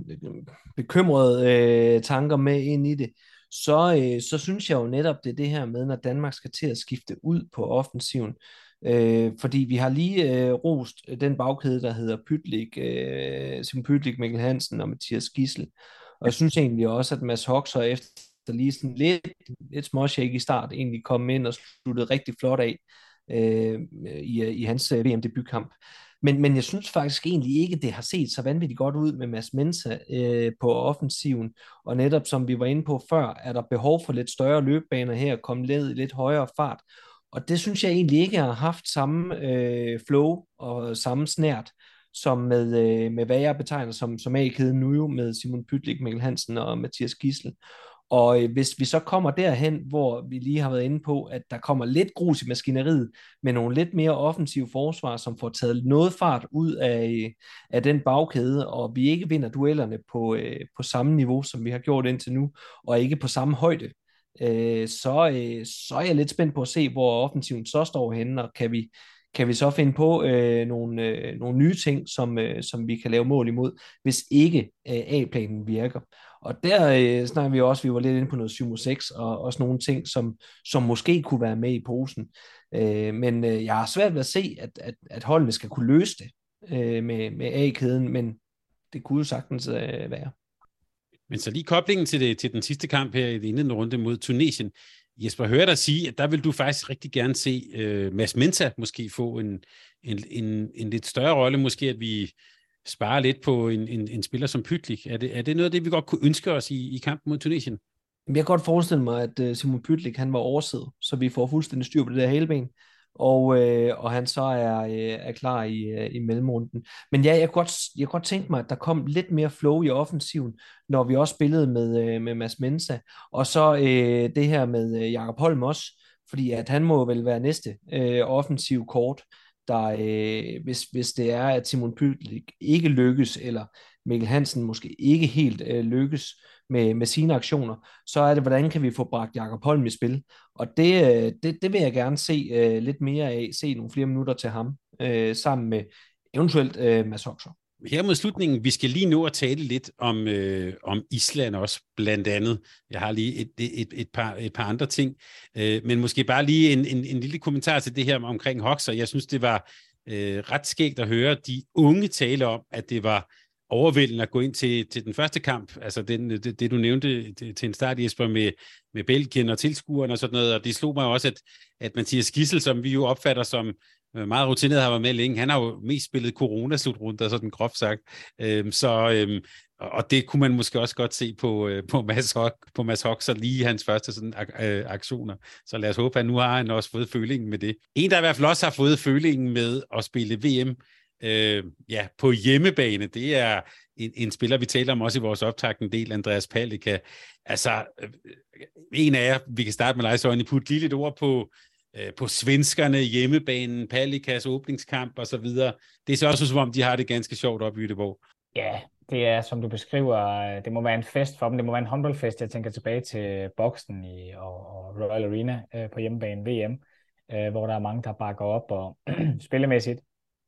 bekymrede øh, tanker med ind i det, så, øh, så synes jeg jo netop, det er det her med, når Danmark skal til at skifte ud på offensiven. Øh, fordi vi har lige øh, rost den bagkæde, der hedder Pytlik, øh, Simon Pytlik, Mikkel Hansen og Mathias Gidsel. Og jeg synes egentlig også, at Mads Hoxer efter lige sådan lidt, lidt småshake i start, egentlig kom ind og sluttede rigtig flot af øh, i, i hans V M-debutkamp. Men, men jeg synes faktisk egentlig ikke, det har set så vanvittigt godt ud med Mads Mensa øh, på offensiven. Og netop som vi var inde på før, er der behov for lidt større løbebaner her, komme ned i lidt højere fart. Og det synes jeg egentlig ikke har haft samme øh, flow og samme snært, som med, øh, med hvad jeg betegner som, som A-kæden nu jo, med Simon Pytlik, Mikkel Hansen og Mathias Gidsel. Og øh, hvis vi så kommer derhen, hvor vi lige har været inde på, at der kommer lidt grus i maskineriet, med nogle lidt mere offensive forsvar, som får taget noget fart ud af, af den bagkæde, og vi ikke vinder duellerne på, øh, på samme niveau, som vi har gjort indtil nu, og ikke på samme højde, øh, så, øh, så er jeg lidt spændt på at se, hvor offensiven så står henne, og kan vi, kan vi så finde på øh, nogle, øh, nogle nye ting, som, øh, som vi kan lave mål imod, hvis ikke øh, A-planen virker. Og der øh, snakker vi også, vi var lidt inde på noget syv mod seks, og også nogle ting, som, som måske kunne være med i posen. Øh, men øh, jeg har svært ved at se, at, at, at holdene skal kunne løse det øh, med, med A-kæden, men det kunne jo sagtens øh, være. Men så lige koblingen til, det, til den sidste kamp her i den indledende runde mod Tunesien. Jesper, hører dig sige, at der vil du faktisk rigtig gerne se øh, Mads Mensa måske få en, en, en, en lidt større rolle, måske at vi sparer lidt på en, en, en spiller som Pytlik. Er det, er det noget af det, vi godt kunne ønske os i, i kampen mod Tunesien? Jeg kan godt forestille mig, at Simon Pytlik, han var oversiddet, så vi får fuldstændig styr på det der hælben, og, øh, og han så er, øh, er klar i, øh, i mellemrunden. Men ja, jeg kunne, godt, jeg kunne godt tænke mig, at der kom lidt mere flow i offensiven, når vi også spillede med, øh, med Mads Mensa, og så øh, det her med øh, Jakob Holm også, fordi at han må vel være næste øh, offensiv kort, der, øh, hvis, hvis det er, at Simon Pytlik ikke lykkes, eller Mikkel Hansen måske ikke helt øh, lykkes med, med sine aktioner, så er det, hvordan kan vi få bragt Jakob Holm i spil? Og det, øh, det, det vil jeg gerne se øh, lidt mere af, se nogle flere minutter til ham, øh, sammen med eventuelt øh, Mads Hoxer. her mod slutningen, vi skal lige nå at tale lidt om, øh, om Island også, blandt andet. Jeg har lige et, et, et, par, et par andre ting, øh, men måske bare lige en, en, en lille kommentar til det her omkring Hoxha. Jeg synes, det var øh, ret skægt at høre de unge tale om, at det var overvældende at gå ind til, til den første kamp, altså den, det, det, du nævnte det, til en start, Jesper, med, med Belgien og tilskuerne og sådan noget, og det slog mig også, at, at Mathias Gidsel, som vi jo opfatter som meget rutineret, har været med længe, han har jo mest spillet corona-slutrunder, sådan groft sagt, øhm, så, øhm, og det kunne man måske også godt se på, øh, på Mads Hock, på Mads Hock, så lige hans første sådan ak- øh, aktioner, så lad os håbe, at nu har han også fået følingen med det. En, der i hvert fald også har fået følingen med at spille V M, Øh, ja, på hjemmebane, det er en, en spiller, vi taler om også i vores optakt en del, Andreas Palicka. Altså, øh, en af jer, vi kan starte med dig, Sonny, putte lige lidt ord på, øh, på svenskerne, hjemmebanen, Palickas åbningskamp og så videre. Det ser også ud, som om de har det ganske sjovt op i Göteborg. Ja, det er, som du beskriver, det må være en fest for dem. Det må være en håndboldfest. Jeg tænker tilbage til boksen i, og, og Royal Arena øh, på hjemmebane V M, øh, hvor der er mange, der bakker op, og spillemæssigt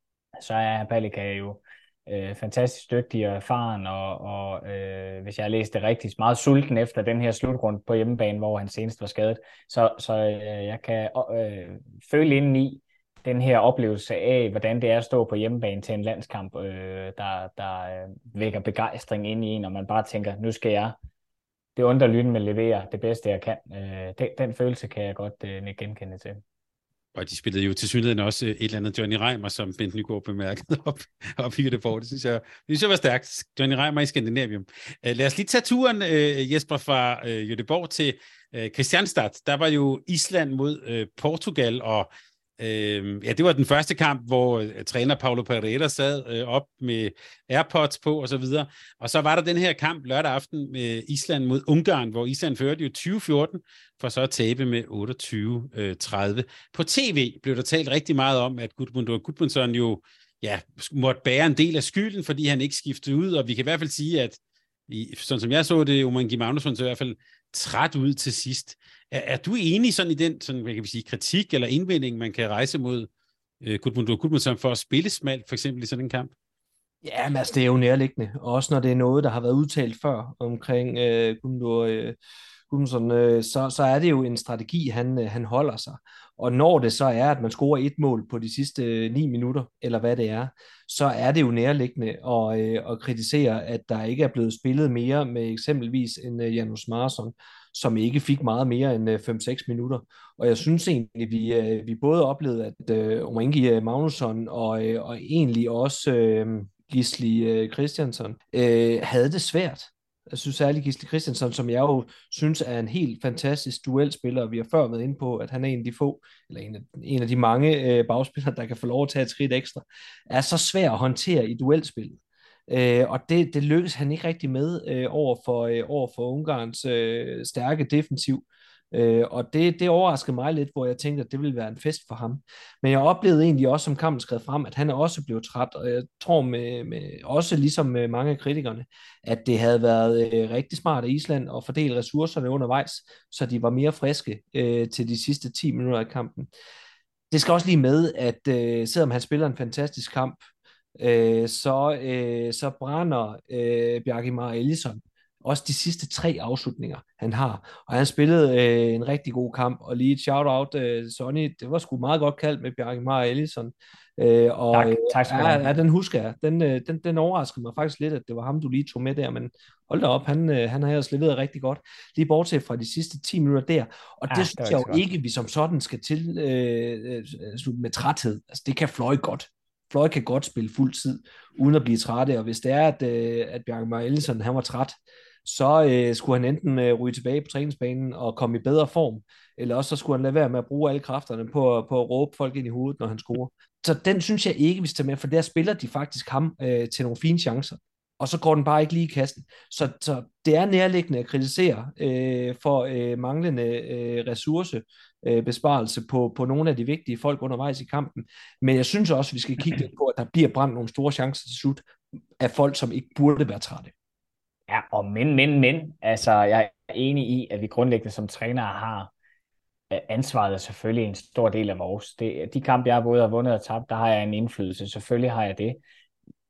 så er Palicka jo øh, fantastisk dygtig og erfaren, og, og øh, hvis jeg har læst det rigtigt, meget sulten efter den her slutrunde på hjemmebane, hvor han senest var skadet. Så, så øh, jeg kan øh, føle indeni den her oplevelse af, hvordan det er at stå på hjemmebane til en landskamp, øh, der, der øh, vækker begejstring ind i en, og man bare tænker, nu skal jeg det underlydende med levere det bedste, jeg kan. Øh, den, den følelse kan jeg godt øh, genkende til. Og de spillede jo til synligheden også et eller andet Johnny Reimer, som Bent Nygaard bemærkede op, op i Göteborg. Det synes jeg, det synes jeg var stærkt. Johnny Reimer i Skandinavium. Uh, lad os lige tage turen, uh, Jesper, fra uh, Göteborg til uh, Kristianstad. Der var jo Island mod uh, Portugal, og uh, ja, det var den første kamp, hvor uh, træner Paulo Pereira sad uh, op med AirPods på og så videre. Og så var der den her kamp lørdag aften med Island mod Ungarn, hvor Island førte jo tyve fjorten, for så at tabe med otteogtyve tredive. På tv blev der talt rigtig meget om, at Gudmundur Gudmundsson jo ja, måtte bære en del af skylden, fordi han ikke skiftede ud, og vi kan i hvert fald sige, at i, sådan som jeg så det, Oman G. Magnusson så i hvert fald træt ud til sidst. Er, er du enig sådan i den sådan, hvad kan vi sige, kritik eller indvending, man kan rejse mod uh, Gudmundur Gudmundsson for at spille smalt, for eksempel i sådan en kamp? Ja, men altså, det er jo nærliggende. Også når det er noget, der har været udtalt før omkring øh, Gudmundur øh, Gudmundsson, øh, så, så er det jo en strategi, han, øh, han holder sig. Og når det så er, at man scorer et mål på de sidste øh, ni minutter, eller hvad det er, så er det jo nærliggende at, øh, at kritisere, at der ikke er blevet spillet mere med eksempelvis en øh, Janus Marsson, som ikke fik meget mere end øh, fem seks minutter. Og jeg synes egentlig, vi, øh, vi både oplevede, at øh, Omangi Magnusson og, øh, og egentlig også øh, Gisli øh, Christiansson øh, havde det svært. Jeg synes særligt Gisli Christiansson, som jeg jo synes er en helt fantastisk duelspiller, og vi har før været inde på, at han er en af de få, eller en af, en af de mange øh, bagspillere, der kan få lov at tage et skridt ekstra, er så svær at håndtere i duelspillet. Øh, og det, det lykkes han ikke rigtig med øh, over, for, øh, over for Ungarns øh, stærke defensiv. Øh, og det, det overraskede mig lidt, hvor jeg tænkte, at det ville være en fest for ham. Men jeg oplevede egentlig også, som kampen skred frem, at han også blev træt, og jeg tror med, med, også ligesom med mange af kritikerne, at det havde været øh, rigtig smart af Island at fordele ressourcerne undervejs, så de var mere friske øh, til de sidste ti minutter af kampen. Det skal også lige med, at øh, selvom han spiller en fantastisk kamp, øh, så, øh, så brænder øh, Bjarkimar Ellisson også de sidste tre afslutninger, han har. Og han spillede øh, en rigtig god kamp, og lige et shout-out, øh, Sonny, det var sgu meget godt kaldt med Bjarkimar Ellisson. Øh, og, tak, tak skal du ja, have. ja, den husker jeg. Den, øh, den, den overraskede mig faktisk lidt, at det var ham, du lige tog med der, men hold da op, han, øh, han har ellers leveret rigtig godt. Lige bortset fra de sidste ti minutter der, og ja, det synes jeg jo ikke, vi som sådan skal til øh, øh, med træthed. Altså, det kan Fløj godt. Fløj kan godt spille fuld tid, uden at blive trætte, og hvis det er, at, øh, at Bjarkimar Ellisson, han var træt, så øh, skulle han enten øh, ryge tilbage på træningsbanen og komme i bedre form, eller også så skulle han lade være med at bruge alle kræfterne på, på at råbe folk ind i hovedet, når han scorer. Så den synes jeg ikke, vi skal tage med, for der spiller de faktisk ham øh, til nogle fine chancer, og så går den bare ikke lige i kassen. Så, så det er nærliggende at kritisere øh, for øh, manglende øh, ressourcebesparelse øh, på, på nogle af de vigtige folk undervejs i kampen, men jeg synes også, vi skal kigge lidt på, at der bliver brændt nogle store chancer til slut af folk, som ikke burde være trætte. Ja, og men, men, men, altså jeg er enig i, at vi grundlæggende som trænere har ansvaret er selvfølgelig en stor del af vores. Det, de kampe, jeg både har vundet og tabt, der har jeg en indflydelse. Selvfølgelig har jeg det.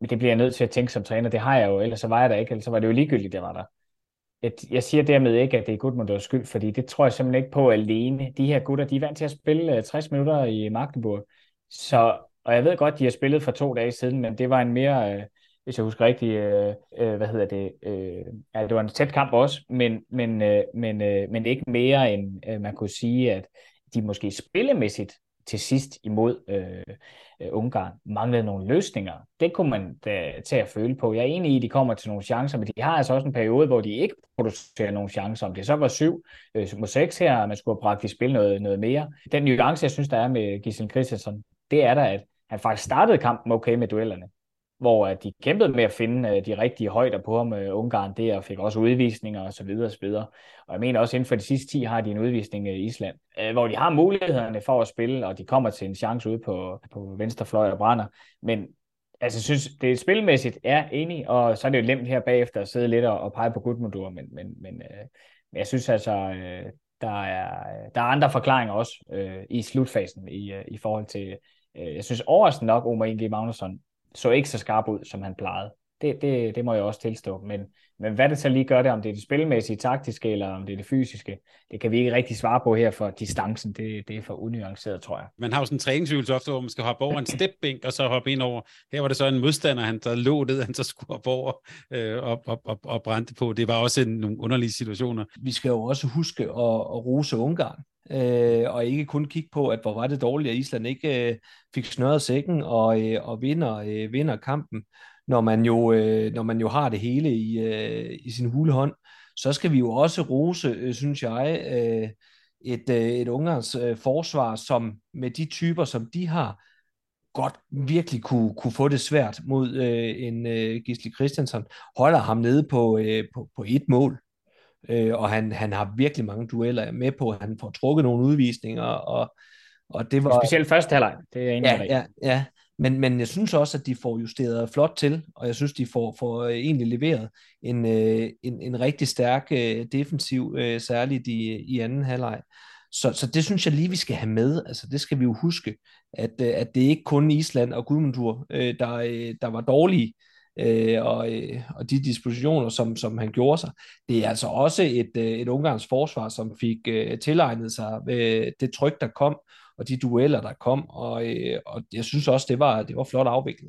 men det bliver jeg nødt til at tænke som træner. Det har jeg jo, ellers så var jeg der ikke, ellers så var det jo ligegyldigt, det var der. Jeg, jeg siger dermed ikke, at det er Gudmundurs skyld, fordi det tror jeg simpelthen ikke på alene. De her gutter, de er vant til at spille tres minutter i Magdeburg. Så, og jeg ved godt, de har spillet for to dage siden, men det var en mere, øh, hvis jeg husker rigtigt, øh, øh, hvad hedder det, øh, ja, det var en tæt kamp også, men, men, øh, men, øh, men ikke mere end øh, man kunne sige, at de måske spillemæssigt til sidst imod øh, øh, Ungarn manglede nogle løsninger. Det kunne man da tage at føle på. Jeg er enig i, at de kommer til nogle chancer, men de har altså også en periode, hvor de ikke producerer nogle chancer. Om det så var syv øh, mod seks her, og man skulle have bragt i spil noget, noget mere. Den nuance, jeg synes, der er med Gisle Christensen, det er der, at han faktisk startede kampen okay med duellerne, hvor at de kæmpede med at finde uh, de rigtige højder på ham, uh, Ungarn der, og fik også udvisninger og så videre og så videre. Og jeg mener også, inden for de sidste ti har de en udvisning i Island, uh, hvor de har mulighederne for at spille, og de kommer til en chance ude på, på venstrefløj og brænder. Men altså, jeg synes, det er spilmæssigt, er enig, og så er det jo nemt her bagefter at sidde lidt og, og pege på Gudmundur, men, men, men uh, jeg synes altså, uh, der, er, der er andre forklaringer også uh, i slutfasen i, uh, i forhold til, uh, jeg synes overraskende nok, Omar Inge Magnusson så ikke så skarp ud, som han plejede. Det, det, det må jeg også tilstå. Men, men hvad det så lige gør det, om det er det spilmæssige, taktiske, eller om det er det fysiske, det kan vi ikke rigtig svare på her, for distancen, det, det er for unuanceret, tror jeg. Man har jo sådan en træningsøvelse ofte, hvor man skal hoppe over en stepbænk, og så hoppe ind over. Her var det så en modstander, han der lå det, han så skulle hoppe over øh, og, og, og, og brændte på. Det var også en, nogle underlige situationer. Vi skal jo også huske at, at rose Ungarn. Øh, og ikke kun kigge på, at hvor var det dårligt, at Island ikke øh, fik snøret sækken og, øh, og vinder, øh, vinder kampen, når man, jo, øh, når man jo har det hele i, øh, i sin hule hånd. Så skal vi jo også rose, øh, synes jeg, øh, et, øh, et Ungarns øh, forsvar, som med de typer, som de har, godt virkelig kunne, kunne få det svært mod øh, en øh, Gisle Christensen. Holder ham nede på, øh, på, på et mål. Øh, og han, han har virkelig mange dueller med på, han får trukket nogle udvisninger, og, og det var... Specielt første halvleg, det er jeg enig ja, med dig. ja, ja. Men, men jeg synes også, at de får justeret flot til, og jeg synes, de får, får egentlig leveret en, en, en rigtig stærk defensiv, særligt i, i anden halvleg. Så, så det synes jeg lige, vi skal have med. Altså, det skal vi jo huske, at, at det er ikke kun Island og Gudmundur, der, der var dårlige, Øh, og, øh, og de dispositioner, som, som han gjorde sig. Det er altså også et, øh, et Ungarns forsvar, som fik øh, tilegnet sig øh, det tryk, der kom, og de dueller, der kom, og, øh, og jeg synes også, det var, det var flot afviklet.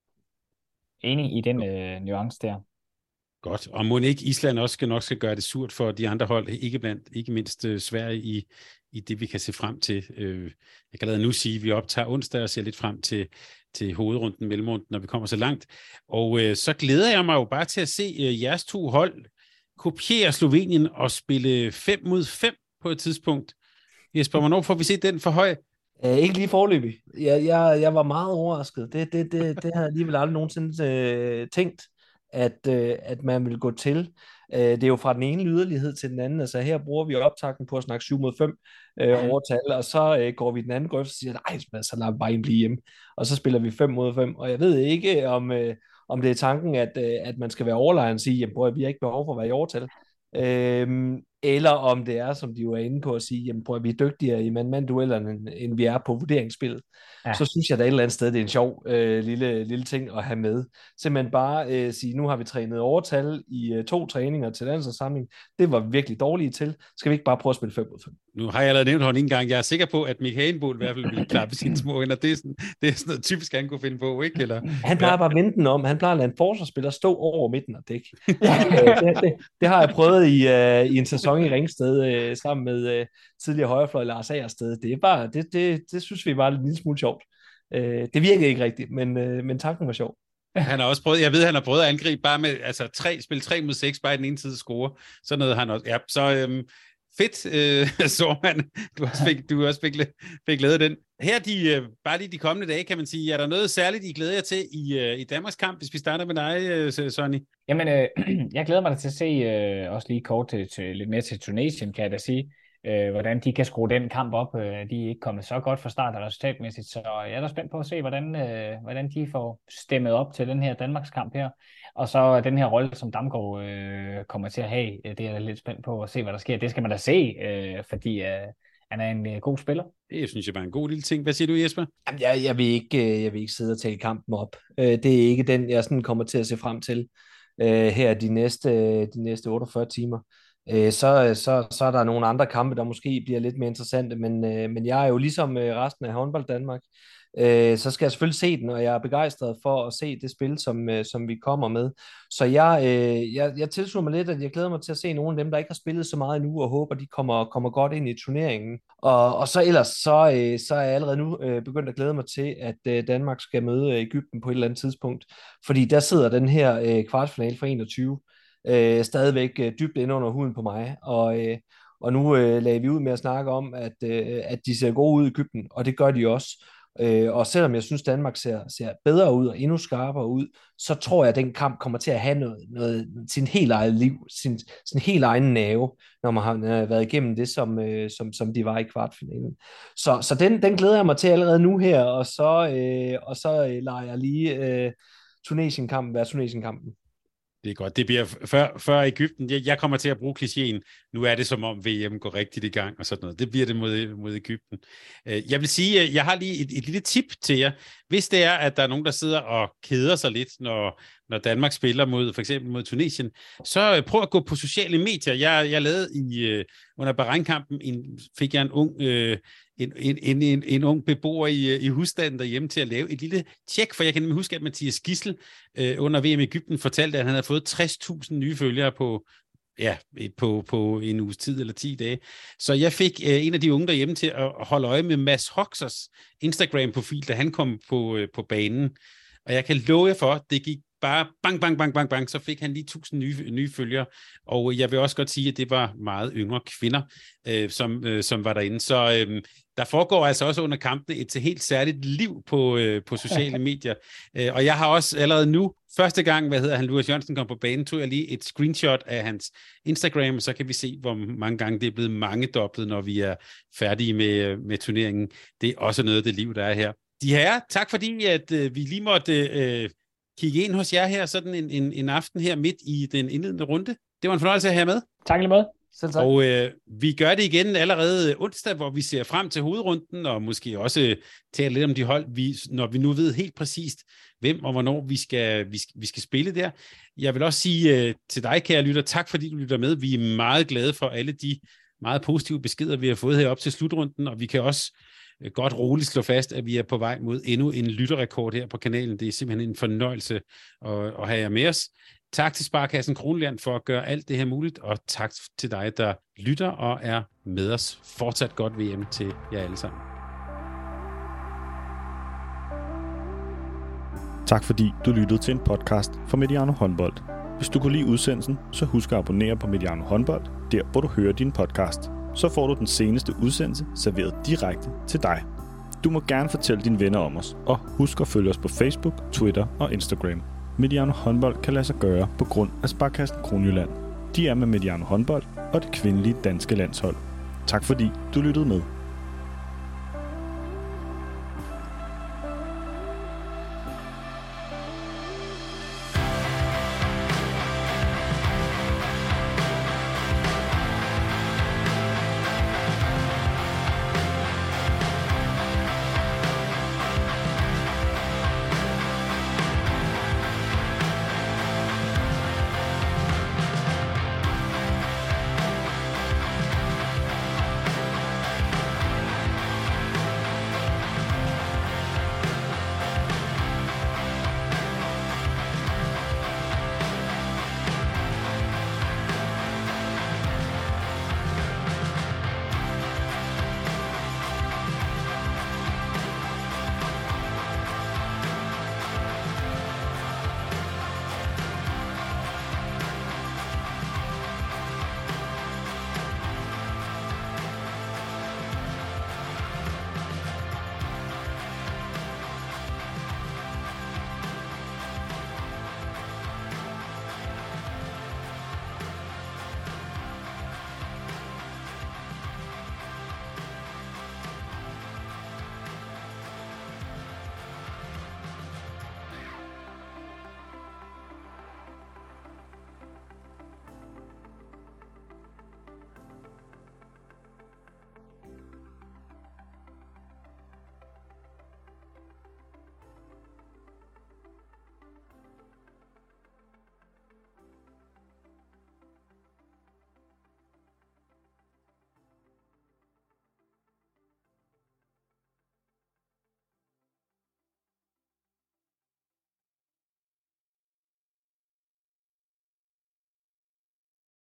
Enig i den øh, nuance der. Godt, og må ikke Island også skal nok skal gøre det surt for de andre hold, ikke, blandt, ikke mindst øh, Sverige i, i det, vi kan se frem til. Øh, jeg kan allerede nu sige, at vi optager onsdag og ser lidt frem til, til hovedrunden, mellemrunden, når vi kommer så langt. Og øh, så glæder jeg mig jo bare til at se øh, jeres to hold kopiere Slovenien og spille fem mod fem på et tidspunkt. Jesper, hvornår får vi se den for høj? Æh, ikke lige forløbig. Jeg, jeg, jeg var meget overrasket. Det, det, det, det havde jeg alligevel aldrig nogensinde øh, tænkt, at, øh, at man vil gå til. Øh, det er jo fra den ene yderlighed til den anden. Altså her bruger vi optakten på at snakke syv mod fem øh, overtal, og så øh, går vi den anden grøft og siger, nej, så lader vi bare en blive hjemme. Og så spiller vi fem mod fem. Og jeg ved ikke, om, øh, om det er tanken, at, øh, at man skal være overlegen og sige, jamen bror, vi har ikke behov for at være i overtal. Øh, eller om det er, som de jo er inde på at sige, jamen prøv, vi er dygtigere i mand-mand-duellerne, end, end vi er på vurderingsspillet. Ja. Så synes jeg, der er et eller andet sted, det er en sjov øh, lille, lille ting at have med. Simpelthen bare øh, sige, nu har vi trænet overtal i øh, to træninger til landsholdssamling. Det var virkelig dårligt til. Skal vi ikke bare prøve at spille fem mod fem? Nu har jeg allerede nævnt hånden en gang. Jeg er sikker på, at Michael Hagenbold i hvert fald ville klappe sine små hænder. Det er sådan, det er sådan noget typisk, han kunne finde på, ikke? Eller, han plejer bare at vente den om. Han plejer at lade en forsvarsspiller stå over midten og dække. det, det, det har jeg prøvet i, uh, i en sæson i Ringsted uh, sammen med uh, tidligere højrefløj Lars Agersted. Det er bare, det, det, det synes vi var en lille smule sjovt. Uh, det virkede ikke rigtigt, men, uh, men tanken var sjov. Han har også prøvet, jeg ved, han har prøvet at angribe bare med, altså tre, spil tre mod seks, bare i den ene side score. Sådan noget han også, ja, så øhm, fedt, øh, Sormand, du også fik, du også fik, fik glæde af den. Her, de, øh, bare lige de kommende dage, kan man sige, er der noget særligt, I glæder jer til i, øh, i Danmarks kamp, hvis vi starter med dig, øh, Sonny? Jamen, øh, jeg glæder mig til at se, øh, også lige kort til, til, lidt mere til Tunesien, kan jeg da sige, øh, hvordan de kan skrue den kamp op. Øh, de er ikke kommet så godt fra start resultatmæssigt, så jeg er da spændt på at se, hvordan, øh, hvordan de får stemmet op til den her Danmarks kamp her. Og så den her rolle, som Damgaard øh, kommer til at have, det er jeg lidt spændt på at se, hvad der sker. Det skal man da se, øh, fordi øh, han er en uh, god spiller. Det synes jeg bare er en god lille ting. Hvad siger du, Jesper? Jamen, jeg, jeg, vil ikke, jeg vil ikke sidde og tale kampen op. Det er ikke den, jeg sådan kommer til at se frem til her de næste, de næste otteogfyrre timer. Så, så, så er der nogle andre kampe, der måske bliver lidt mere interessante, men, men jeg er jo ligesom resten af håndbold Danmark, så skal jeg selvfølgelig se den, og jeg er begejstret for at se det spil, som, som vi kommer med. Så jeg, jeg, jeg tilslutter mig lidt, at jeg glæder mig til at se nogle af dem, der ikke har spillet så meget endnu, og håber, de kommer, kommer godt ind i turneringen. Og, og så ellers, så, så er jeg allerede nu begyndt at glæde mig til, at Danmark skal møde Egypten på et eller andet tidspunkt, fordi der sidder den her kvartfinale for enogtyve øh, stadigvæk dybt inde under huden på mig, og, øh, og nu øh, lagde vi ud med at snakke om, at, øh, at de ser gode ud i Egypten, og det gør de også. Øh, og selvom jeg synes, Danmark ser, ser bedre ud og endnu skarpere ud, så tror jeg, at den kamp kommer til at have noget, noget sin helt eget liv, sin, sin helt egen nerve, når man har øh, været igennem det, som, øh, som, som de var i kvartfinalen. Så, så den, den glæder jeg mig til allerede nu her, og så, øh, og så øh, lader jeg lige øh, Tunesien-kampen være Tunesien-kampen. Det er godt. Det bliver før, før Egypten. Jeg, jeg kommer til at bruge klichéen. Nu er det som om V M går rigtigt i gang og sådan noget. Det bliver det mod, mod Egypten. Jeg vil sige, jeg har lige et, et lille tip til jer. Hvis det er, at der er nogen, der sidder og keder sig lidt, når, når Danmark spiller mod, for eksempel mod Tunesien, så prøv at gå på sociale medier. Jeg, jeg lavede i, under Bahrain-kampen, en, fik jeg en ung... Øh, En, en, en, en ung beboer i, i husstanden derhjemme til at lave et lille tjek, for jeg kan huske, at Mathias Gissel øh, under V M i Egypten fortalte, at han havde fået tres tusind nye følgere på, ja, på, på en uges tid eller ti dage. Så jeg fik øh, en af de unge derhjemme til at holde øje med Mads Hoxers Instagram-profil, da han kom på, øh, på banen. Og jeg kan love jer for, at det gik bare bang, bang, bang, bang, bang, så fik han lige tusind nye, nye følgere. Og jeg vil også godt sige, at det var meget yngre kvinder, øh, som, øh, som var derinde. Så øh, der foregår altså også under kampene et helt særligt liv på, øh, på sociale medier. Øh, og jeg har også allerede nu, første gang, hvad hedder han, Lukas Jørgensen kom på banen, tog jeg lige et screenshot af hans Instagram, så kan vi se, hvor mange gange det er blevet mangedoblet, når vi er færdige med, med turneringen. Det er også noget af det liv, der er her. De her, tak fordi, at øh, vi lige måtte... Øh, kigge ind hos jer her, sådan en, en, en aften her midt i den indledende runde. Det var en fornøjelse at have med. Tak lige måde. Selv tak. Og øh, vi gør det igen allerede onsdag, hvor vi ser frem til hovedrunden, og måske også tale lidt om de hold, vi, når vi nu ved helt præcist, hvem og hvornår vi skal, vi, vi skal spille der. Jeg vil også sige øh, til dig, kære lytter, tak fordi du lytter med. Vi er meget glade for alle de meget positive beskeder, vi har fået her op til slutrunden, og vi kan også godt roligt slå fast, at vi er på vej mod endnu en lytterrekord her på kanalen. Det er simpelthen en fornøjelse at, at have jer med os. Tak til Sparkassen Kronjylland for at gøre alt det her muligt, og tak til dig, der lytter og er med os. Fortsat godt V M til jer alle sammen. Tak fordi du lyttede til en podcast fra Mediano Håndbold. Hvis du kunne lide udsendelsen, så husk at abonnere på Mediano Håndbold, der hvor du hører din podcast. Så får du den seneste udsendelse serveret direkte til dig. Du må gerne fortælle dine venner om os, og husk at følge os på Facebook, Twitter og Instagram. Mediano Håndbold kan lade sig gøre på grund af Sparkassen Kronjylland. De er med Mediano Håndbold og det kvindelige danske landshold. Tak fordi du lyttede med.